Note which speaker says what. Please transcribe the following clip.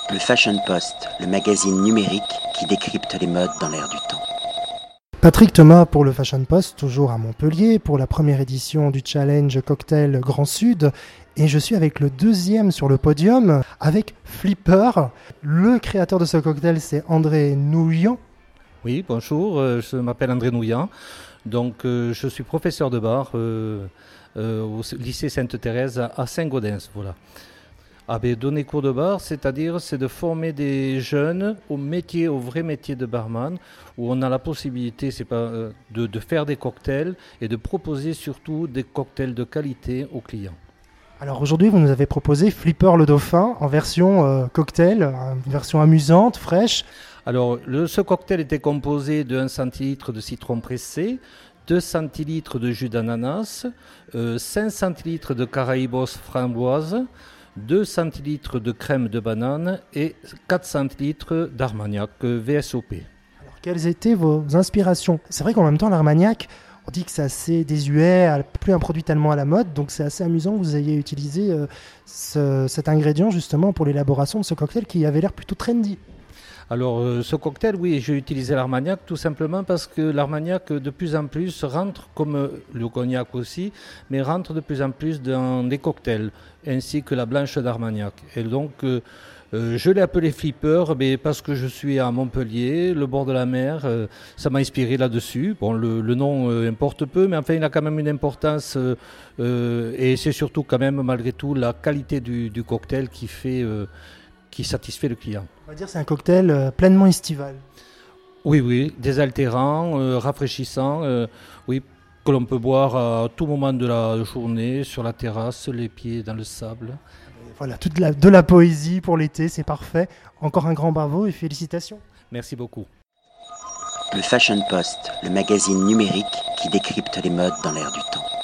Speaker 1: Le Fashion Post, le magazine numérique qui décrypte les modes dans l'air du temps.
Speaker 2: Patrick Thomas pour le Fashion Post, toujours à Montpellier, pour la première édition du Challenge Cocktail Grand Sud. Et je suis avec le deuxième sur le podium, avec Flipper. Le créateur de ce cocktail, c'est André Nouillan.
Speaker 3: Oui, bonjour, je m'appelle André Nouillan. Donc, je suis professeur de bar au lycée Sainte-Thérèse à Saint-Gaudens. Voilà. Donner cours de bar, c'est de former des jeunes au vrai métier de barman, où on a la possibilité de faire des cocktails et de proposer surtout des cocktails de qualité aux clients.
Speaker 2: Alors aujourd'hui, vous nous avez proposé Flipper le Dauphin en version cocktail, une version amusante, fraîche.
Speaker 3: Alors, ce cocktail était composé de 1 centilitre de citron pressé, 2 centilitres de jus d'ananas, 5 centilitres de caraïbos framboise, 2 centilitres de crème de banane et 4 centilitres d'Armagnac VSOP.
Speaker 2: Alors, quelles étaient vos inspirations ? C'est vrai qu'en même temps, l'Armagnac, on dit que c'est assez désuet, plus un produit tellement à la mode, donc c'est assez amusant que vous ayez utilisé cet ingrédient justement pour l'élaboration de ce cocktail qui avait l'air plutôt trendy.
Speaker 3: Alors ce cocktail, oui, j'ai utilisé l'Armagnac tout simplement parce que l'Armagnac de plus en plus rentre, comme le cognac aussi, mais rentre de plus en plus dans les cocktails, ainsi que la blanche d'Armagnac. Et donc je l'ai appelé Flipper parce que je suis à Montpellier, le bord de la mer, ça m'a inspiré là-dessus. Bon, le nom importe peu, mais enfin il a quand même une importance et c'est surtout quand même malgré tout la qualité du cocktail qui satisfait le client.
Speaker 2: On va dire que c'est un cocktail pleinement estival.
Speaker 3: Oui, désaltérant, rafraîchissant, oui, que l'on peut boire à tout moment de la journée, sur la terrasse, les pieds dans le sable.
Speaker 2: Voilà, de la poésie pour l'été, c'est parfait. Encore un grand bravo et félicitations.
Speaker 3: Merci beaucoup.
Speaker 1: Le Fashion Post, le magazine numérique qui décrypte les modes dans l'air du temps.